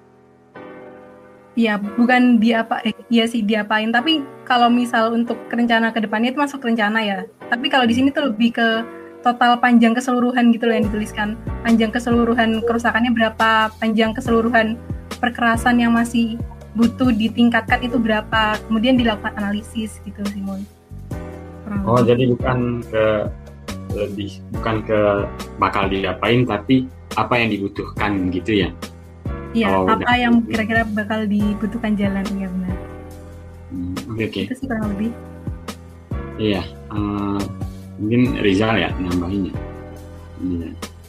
D: Iya, bukan diapa, eh, iya sih diapain. Tapi kalau misal untuk rencana ke depannya itu masuk rencana ya. Tapi kalau di sini tuh lebih ke total panjang keseluruhan gitu loh yang dituliskan. Panjang keseluruhan kerusakannya berapa, panjang keseluruhan perkerasan yang masih butuh ditingkatkan itu berapa, kemudian dilakukan analisis gitu Simon.
B: Oh, jadi bukan ke lebih bukan ke bakal diapain, tapi apa yang dibutuhkan gitu ya?
D: Iya,
B: oh,
D: apa
B: udah.
D: yang kira-kira bakal dibutuhkan jalan, ya benar.
B: Hmm, oke oke.
D: Itu sih kurang lebih.
B: Iya. Uh, Mungkin Rizal ya nambahinnya. Iya.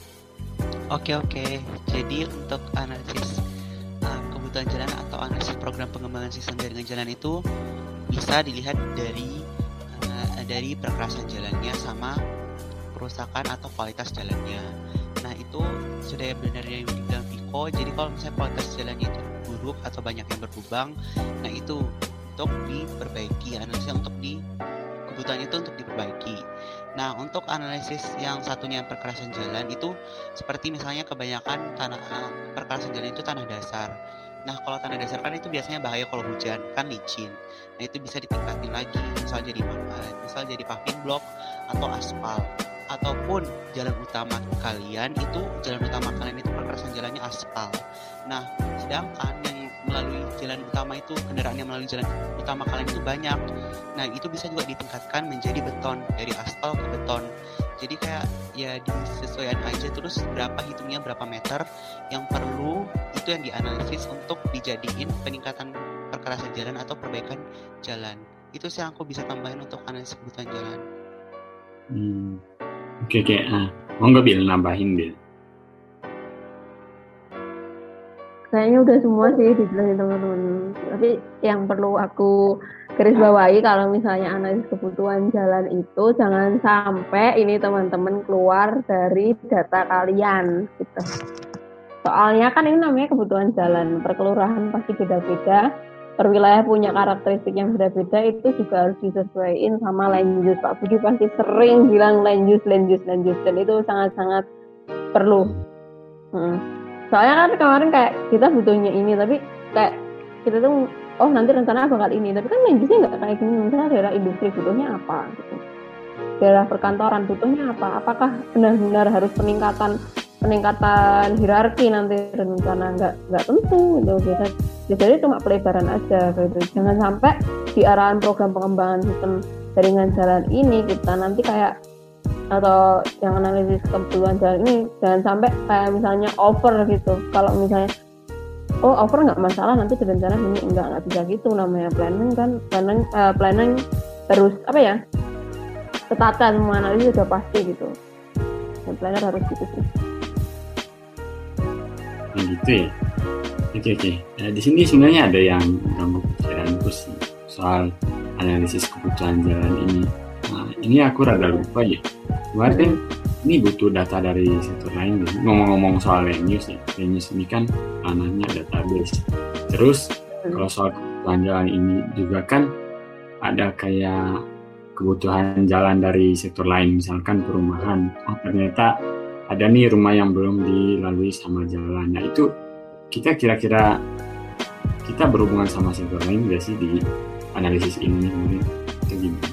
C: Oke oke. Jadi untuk analisis uh, kebutuhan jalan atau analisis program pengembangan sistem jaringan jalan itu bisa dilihat dari uh, dari perkerasan jalannya sama kerusakan atau kualitas jalannya. Nah itu sudah benar yang dibilang Viko. Jadi kalau misalnya kualitas jalannya itu buruk atau banyak yang berlubang, nah itu untuk diperbaiki, analisis untuk di kebutuhan itu untuk diperbaiki. Nah, untuk analisis yang satunya perkerasan jalan itu seperti misalnya kebanyakan tanah perkerasan jalan itu tanah dasar. Nah, kalau tanah dasar kan itu biasanya bahaya kalau hujan, kan licin. Nah, itu bisa ditingkatin lagi, misal jadi misal jadi paving block atau aspal. Ataupun jalan utama kalian itu jalan utama kalian itu perkerasan jalannya aspal. Nah, sedangkan yang melalui jalan utama itu kendaraan yang melalui jalan utama kalian itu banyak. Nah itu bisa juga ditingkatkan menjadi beton, dari aspal ke beton. Jadi kayak ya disesuaikan aja, terus berapa hitungnya berapa meter yang perlu itu yang dianalisis untuk dijadiin peningkatan perkerasan jalan atau perbaikan jalan. Itu sih yang aku bisa tambahin untuk analisis kebutuhan jalan.
B: Hmm. Oke oke. Ah, mau nggak Bil nambahin Bil?
E: Kayaknya udah semua sih dijelasin teman-teman. Tapi yang perlu aku garis bawahi kalau misalnya analisis kebutuhan jalan itu jangan sampai ini teman-teman keluar dari data kalian gitu. Soalnya kan ini namanya kebutuhan jalan, per kelurahan pasti beda-beda, per wilayah punya karakteristik yang beda-beda, itu juga harus disesuaikan sama land use. Pak Budi pasti sering bilang land use, land use, land use, dan itu sangat-sangat perlu. Hmm. Soalnya kan kemarin kayak kita butuhnya ini, tapi kayak kita tuh oh nanti rencana bakal ini, tapi kan land use-nya nggak kayak gini. Misalnya daerah industri butuhnya apa gitu, daerah perkantoran butuhnya apa, apakah benar-benar harus peningkatan peningkatan hierarki nanti rencana, nggak nggak tentu gitu. Biasa jadi cuma pelebaran aja gitu. Jangan sampai di arahan program pengembangan sistem jaringan jalan ini kita nanti kayak, atau yang analisis kebutuhan jalan ini jangan sampai kayak misalnya over gitu. Kalau misalnya oh over nggak masalah, nanti direncana ini enggak nggak bisa gitu. Namanya planning kan, planning uh, planning harus apa ya, ketata semua analisis sudah pasti gitu. Dan planner harus gitu sih.
B: Nah, gitu ya. Oke oke. Nah, di sini sebenarnya ada yang ganggu pikiranku sih soal analisis kebutuhan jalan ini. Nah, ini aku rada lupa ya. Kemarin ini butuh data dari sektor lain. Gitu. Ngomong-ngomong soal land use ya, land use ini kan anaknya database. Terus hmm. kalau soal kebutuhan jalan ini juga kan ada kayak kebutuhan jalan dari sektor lain, misalkan perumahan. Oh ternyata ada nih rumah yang belum dilalui sama jalan. Nah itu kita kira-kira kita berhubungan sama sektor lain nggak sih di analisis ini? Itu gimana?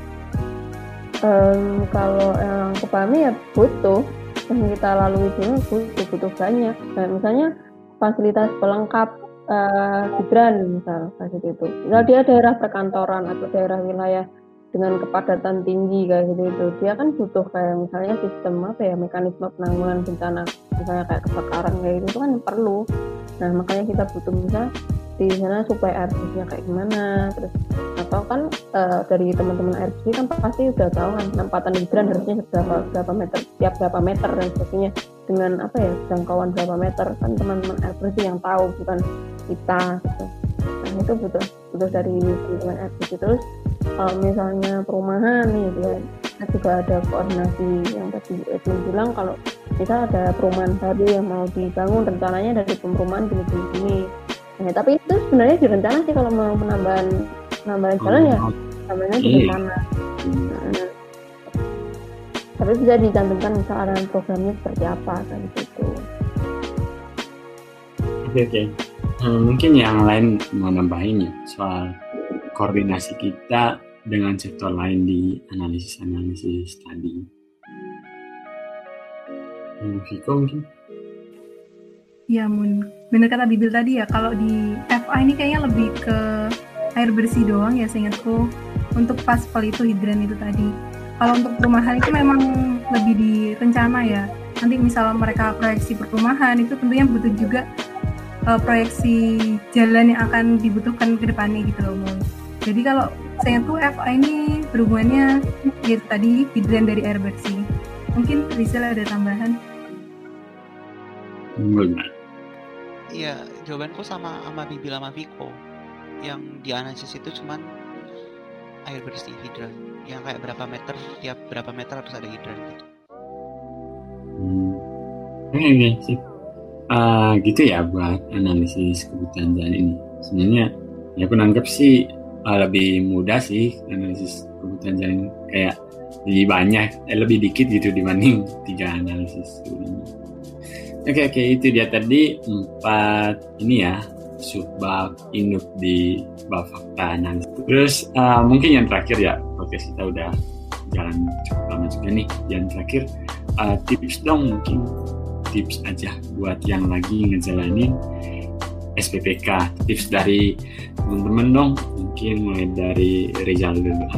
E: Um, kalau yang aku pahami ya butuh, yang kita lalui dulu butuh, butuh banyak. Nah, misalnya fasilitas pelengkap uh, hidran misal kayak gitu. Kalau dia daerah perkantoran atau daerah wilayah dengan kepadatan tinggi kayak gitu itu, dia kan butuh kayak misalnya sistem apa ya, mekanisme penanggulangan bencana, misalnya kayak kebakaran kayak gitu kan perlu. Nah makanya kita butuh misalnya di sana supaya air bersihnya kayak gimana, terus atau kan uh, dari teman-teman air bersih kan pasti udah tahu kan penempatan hidran harusnya berapa berapa meter, tiap berapa meter dan sebagainya, dengan apa ya jangkauan berapa meter kan teman-teman air bersih yang tahu, bukan kita gitu. Nah itu butuh butuh dari teman-teman air bersih. Terus kalau misalnya perumahan nih ya, juga ada koordinasi yang tadi Edwin bilang, kalau misal ada perumahan baru yang mau dibangun, rencananya dari perumahan gini-gini. Nah, tapi itu sebenarnya direncana sih kalau mau penambahan penambahan jalan ya, namanya direncana. Nah, tapi bisa dicantumkan misal arahan programnya seperti apa kan gitu.
B: Oke oke. Hmm, mungkin yang lain mau nambahin ya soal koordinasi kita dengan sektor lain di analisis-analisis tadi. Hmm, Viko mungkin?
D: Ya Mun, bener kata Bibil tadi ya, kalau di F A ini kayaknya lebih ke air bersih doang ya seingatku, untuk paspel itu hidran itu tadi. Kalau untuk perumahan itu memang lebih direncana ya, nanti misal mereka proyeksi perumahan itu tentunya butuh juga uh, proyeksi jalan yang akan dibutuhkan ke depannya gitu loh Mun. Jadi kalau seingatku F A ini berhubungannya gitu tadi hidran dari air bersih. Mungkin Rizal ada tambahan?
B: Enggak.
C: Iya, jawabanku sama sama Bibi sama Viko. Yang dianalisis itu cuman air bersih hidran. Yang kayak berapa meter, tiap berapa meter harus ada hidran gitu.
B: Hmm. Oke, oke, sip. Uh, gitu ya buat analisis kebutuhan jalan ini. Sebenarnya ya aku nanggap sih uh, lebih mudah sih analisis kebutuhan jalan, kayak lebih banyak, eh, lebih dikit gitu dibanding tiga analisis sebelumnya. Oke oke itu dia tadi empat ini ya subbab induk di bab fakta analisis. Terus uh, mungkin yang terakhir ya, podcast kita udah jalan cukup lama juga nih. Yang terakhir uh, tips dong, mungkin tips aja buat yang lagi ngejalanin S P P K. Tips dari teman-teman dong, mungkin mulai dari Rizal dulu.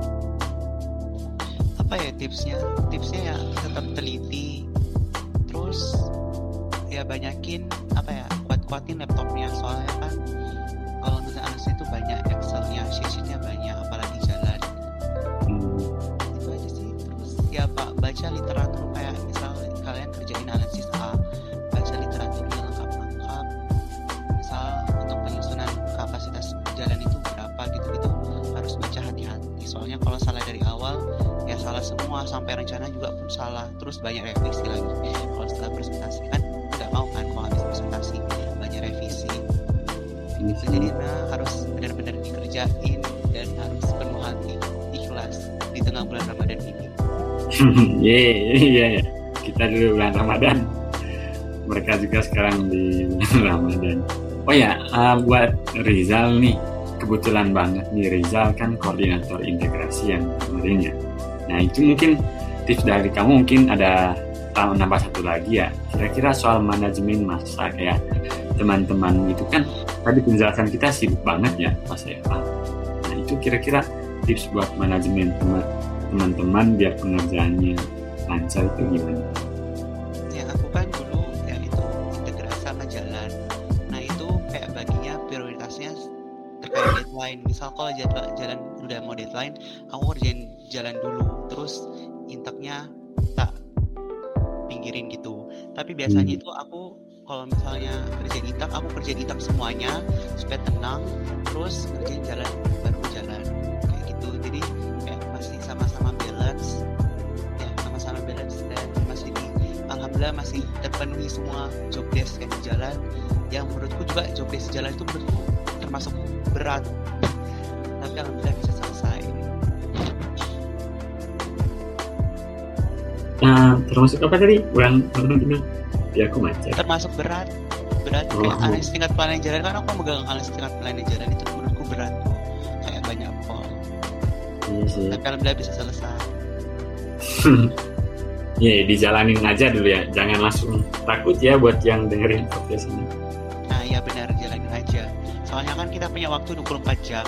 C: Apa ya tipsnya? Tipsnya ya tetap teliti, terus ya banyakin apa ya, kuat-kuatin laptopnya, soalnya kan kalau nulis analisis itu banyak Excelnya, sheet-sheetnya banyak, apalagi jalan. Hmm. Itu aja sih. Terus ya Pak, baca literatur, kayak misal kalian kerjain analisis A, baca literaturnya lengkap-lengkap. Misal untuk penyusunan kapasitas jalan itu berapa gitu-gitu, harus baca hati-hati. Soalnya kalau salah dari awal ya salah semua, sampai rencana juga pun salah. Terus banyak revisi lagi. Kalau setelah presentasi kan nggak mau kan kalau habis presentasi banyak revisi. Itu jadi nah, harus benar-benar dikerjain dan harus penuh hati, ikhlas di tengah bulan Ramadan ini.
B: Iya iya iya. Kita dulu bulan Ramadan. Mereka juga sekarang di bulan Ramadan. Oh ya, uh, buat Rizal nih, kebetulan banget nih Rizal kan koordinator integrasi yang kemarin ya. Nah itu mungkin tips dari kamu, mungkin ada uh, nambah satu lagi ya, kira-kira soal manajemen masa kayak teman-teman itu kan tadi penjelasan kita sibuk banget ya pas F A. Nah itu kira-kira tips buat manajemen teman-teman biar pengerjaannya lancar itu gimana?
C: Ya aku kan dulu ya itu integrasi sama jalan. Nah itu kayak baginya prioritasnya terkait deadline. Misal kalau jadwal jalan udah mau deadline, aku kerjain jalan dulu, terus intaknya tak pinggirin gitu. Tapi biasanya
B: Hmm.
C: itu aku kalau misalnya kerjain intak, aku kerjain intak semuanya supaya tenang, terus kerjain jalan baru jalan kayak gitu. Jadi kayak masih sama-sama balance, ya sama-sama balance dan masih di, alhamdulillah masih terpenuhi semua job desk kayak di jalan. Yang menurutku juga job desk jalan itu menurutku termasuk berat, tapi alhamdulillah bisa selesai.
B: Nah, termasuk apa tadi? Ulang, ulang dulu. Ya aku macet.
C: Termasuk berat, berat
B: Oh.
C: kayak analisis tingkat pelayanan jalan kan aku megang analisis tingkat pelayanan jalan itu menurutku berat tuh, kayak banyak pol.
B: Iya sih.
C: Tapi alhamdulillah bisa selesai.
B: Ya, dijalanin aja dulu ya. Jangan langsung takut ya buat yang dengerin podcast ini.
C: Nah ya benar, jalanin aja. Soalnya kan kita punya waktu dua puluh empat jam.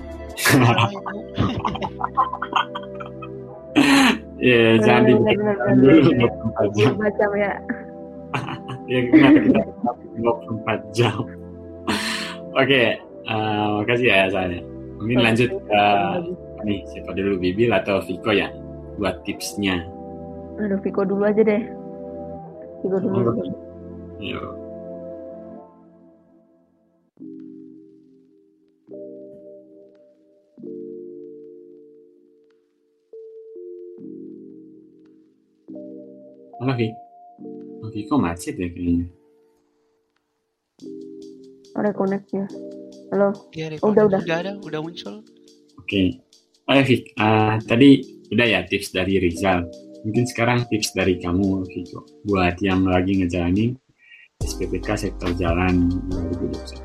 B: Ya, jangan di
E: Benar-benar
B: dulu dua puluh empat jam.
E: macam ya.
B: Ya, kenapa kita dua puluh empat jam? Oke, eh, makasih ya saya. Mungkin lanjut ke nih, siapa dulu, Bibil atau Viko ya, buat tipsnya.
E: Aduh, Viko dulu aja deh. Viko dulu.
B: Oke. Yuk. Halo, Vi. Oh, Viko macet ya kayaknya.
E: Ada connect ya. Halo.
C: Ya,
E: Udah, udah.
C: udah ada, udah muncul.
B: Oke. Oke, Vi. Ah, tadi udah ya tips dari Rizal. Mungkin sekarang tips dari kamu, Viko, buat yang lagi ngejalanin S P P K sektor jalan dua ribu dua puluh satu.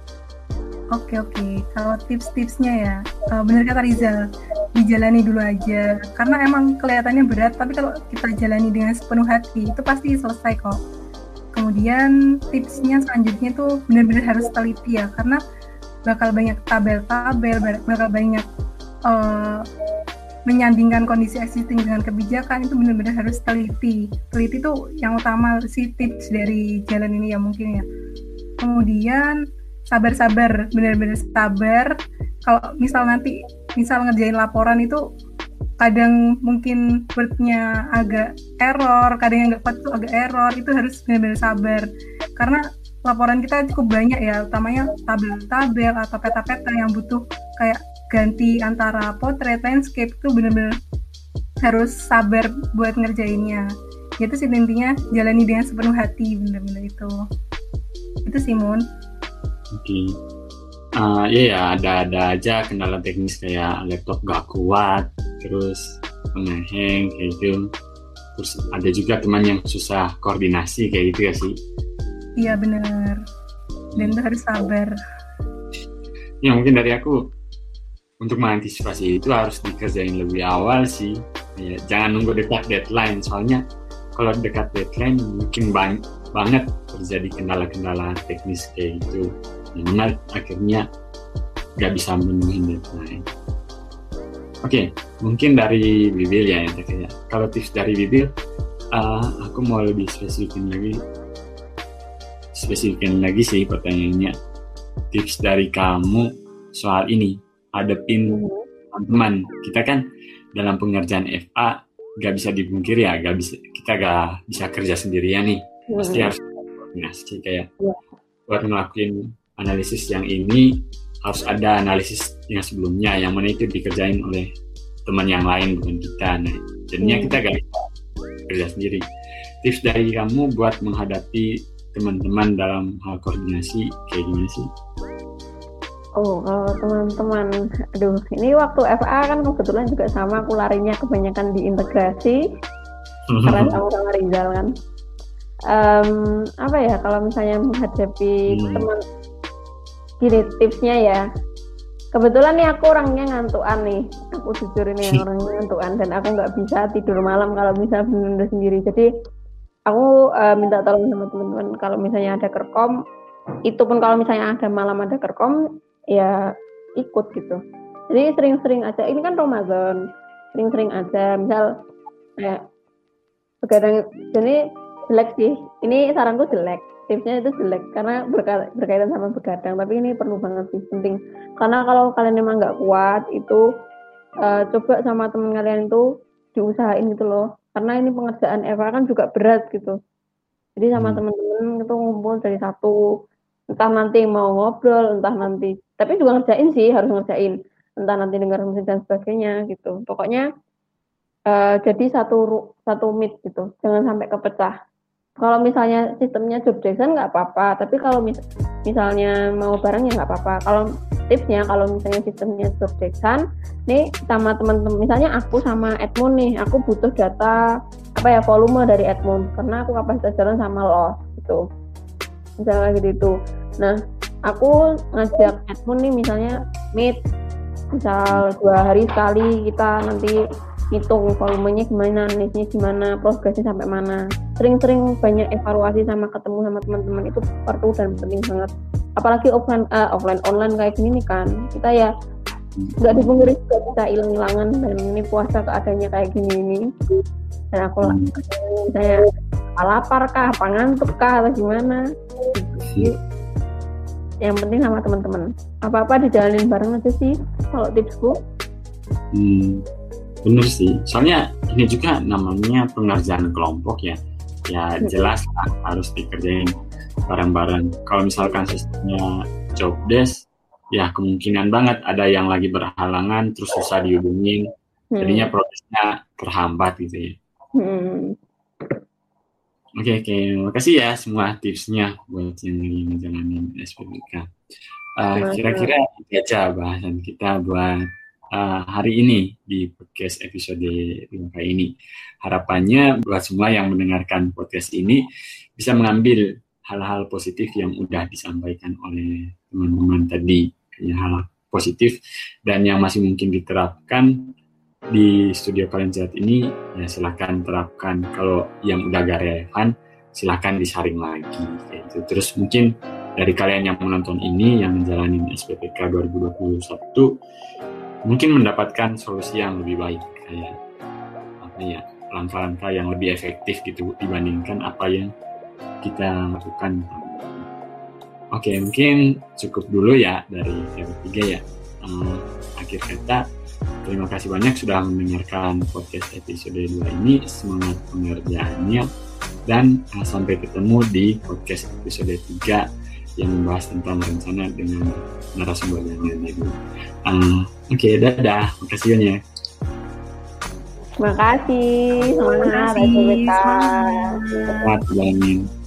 D: Oke oke, kalau tips-tipsnya ya, uh, benar kata Rizal, dijalani dulu aja. Karena emang kelihatannya berat, tapi kalau kita jalani dengan sepenuh hati, itu pasti selesai kok. Kemudian tipsnya selanjutnya tuh benar-benar harus teliti ya, karena bakal banyak tabel-tabel, bakal banyak uh, menyandingkan kondisi existing dengan kebijakan, itu benar-benar harus teliti. Teliti tuh yang utama sih tips dari jalan ini ya mungkin ya. Kemudian sabar-sabar, benar-benar sabar. Kalau misal nanti, misal ngerjain laporan itu kadang mungkin word-nya agak error, kadang yang nggak kuat itu agak error, itu harus benar-benar sabar. Karena laporan kita cukup banyak ya, utamanya tabel-tabel atau peta-peta yang butuh kayak ganti antara potret, landscape, itu benar-benar harus sabar buat ngerjainnya. Itu sih intinya, jalani dengan sepenuh hati, benar-benar itu. Itu sih, Mun.
B: Oke, uh, ya ya ada-ada aja kendala teknis kayak laptop gak kuat, terus ngehang kayak gitu. Terus ada juga teman yang susah koordinasi kayak gitu ya sih.
D: Iya benar. Dan itu harus sabar.
B: Ya mungkin dari aku untuk mengantisipasi itu harus dikerjain lebih awal sih. Ya, jangan nunggu dekat deadline, soalnya kalau dekat deadline mungkin banyak banget terjadi kendala-kendala teknis kayak gitu. Dimana akhirnya nggak bisa memenuhi deadline. Oke, mungkin dari Bibil ya yang terakhir. Kalau tips dari Bibil, uh, aku mau lebih spesifikin lagi, spesifikin lagi sih pertanyaannya. Tips dari kamu soal ini, hadapin teman-teman. Kita kan dalam pengerjaan F A nggak bisa dipungkiri ya, nggak bisa kita nggak bisa kerja sendirian nih. Pasti harus koordinasi kayak buat ngelakuin analisis yang ini harus ada analisis yang sebelumnya yang mana itu dikerjain oleh teman yang lain bukan kita. Nah, jadinya kita gak bisa kerja sendiri. Tips dari kamu buat menghadapi teman-teman dalam hal koordinasi kayak gimana sih?
E: Oh, kalau teman-teman, aduh, ini waktu F A kan kebetulan juga sama, aku larinya kebanyakan di integrasi karena sama-sama Rizal kan. Um, apa ya, kalau misalnya menghadapi hmm. teman, gini tipsnya ya, kebetulan nih aku orangnya ngantukan nih, aku jujur ini yang orangnya ngantukan dan aku nggak bisa tidur malam kalau bisa bener-bener sendiri. Jadi aku uh, minta tolong sama teman-teman kalau misalnya ada kerkom, itu pun kalau misalnya ada malam ada kerkom ya ikut gitu. Jadi sering-sering aja, ini kan Ramadan, sering-sering aja, misal kayak begadang, jadi jelek sih, ini saranku jelek, tipsnya itu jelek karena berka- berkaitan sama begadang, tapi ini perlu banget sih, penting. Karena kalau kalian memang nggak kuat itu uh, coba sama teman kalian itu diusahain gitu loh, karena ini pengerjaan Eva kan juga berat gitu. Jadi sama hmm. teman-teman itu ngumpul dari satu, entah nanti mau ngobrol, entah nanti, tapi juga ngerjain sih, harus ngerjain, entah nanti dengar musik dan sebagainya gitu. Pokoknya uh, jadi satu satu meet gitu, jangan sampai kepecah. Kalau misalnya sistemnya job desk nggak apa-apa, tapi kalau mis- misalnya mau bareng ya nggak apa-apa. Kalau tipsnya kalau misalnya sistemnya job desk, nih sama teman-teman, misalnya aku sama Edmund nih, aku butuh data apa ya volume dari Edmund karena aku kapasitas jalan sama loss gitu, misalnya gitu. Nah aku ngajak Edmund nih misalnya meet, misal dua hari sekali kita nanti hitung volumenya gimana, niche-nya gimana, progresnya sampai mana. Sering-sering banyak evaluasi sama ketemu sama teman-teman itu perlu dan penting banget. Apalagi offline, uh, offline online kayak gini nih kan, kita ya nggak dipungkiri juga bisa hilang-hilangan, dan ini puasa keadaannya kayak gini-gini. Dan aku lah, misalnya lapar kah, apa ngantuk kah, atau gimana. Jadi, yang penting sama teman-teman. Apa-apa dijalanin bareng aja sih, kalau tipsku.
B: Hmm. Bener sih, soalnya ini juga namanya pengerjaan kelompok ya, ya jelas lah harus dikerjain bareng-bareng. Kalau misalkan sistemnya job desk, ya kemungkinan banget ada yang lagi berhalangan terus susah dihubungin, jadinya hmm. prosesnya terhambat gitu ya. Hmm. Oke oke, makasih ya semua tipsnya buat yang lagi ngejalanin S P B K. Uh, kira-kira itu aja bahasan kita buat Uh, hari ini di podcast episode lima kali ini. Harapannya buat semua yang mendengarkan podcast ini bisa mengambil hal-hal positif yang udah disampaikan oleh teman-teman tadi, ya, hal positif dan yang masih mungkin diterapkan di studio kalian saat ini, ya silakan terapkan. Kalau yang udah gak relevan, silakan disaring lagi. Gitu. Terus mungkin dari kalian yang menonton ini yang menjalani S P P K dua ribu dua puluh satu mungkin mendapatkan solusi yang lebih baik, kayak apa ya, langkah-langkah yang lebih efektif gitu dibandingkan apa yang kita lakukan. Oke, mungkin cukup dulu ya dari kita tiga ya. Um, akhir kata, terima kasih banyak sudah mendengarkan podcast episode dua ini. Semangat pengerjaannya dan uh, sampai ketemu di podcast episode tiga yang membahas tentang rencana dengan narasumber yang lain. Uh, Oke, okay, dadah. Makasih banyak.
E: Terima kasih. Semangat.
D: Terima kasih.
E: Semangat.
B: Semangat.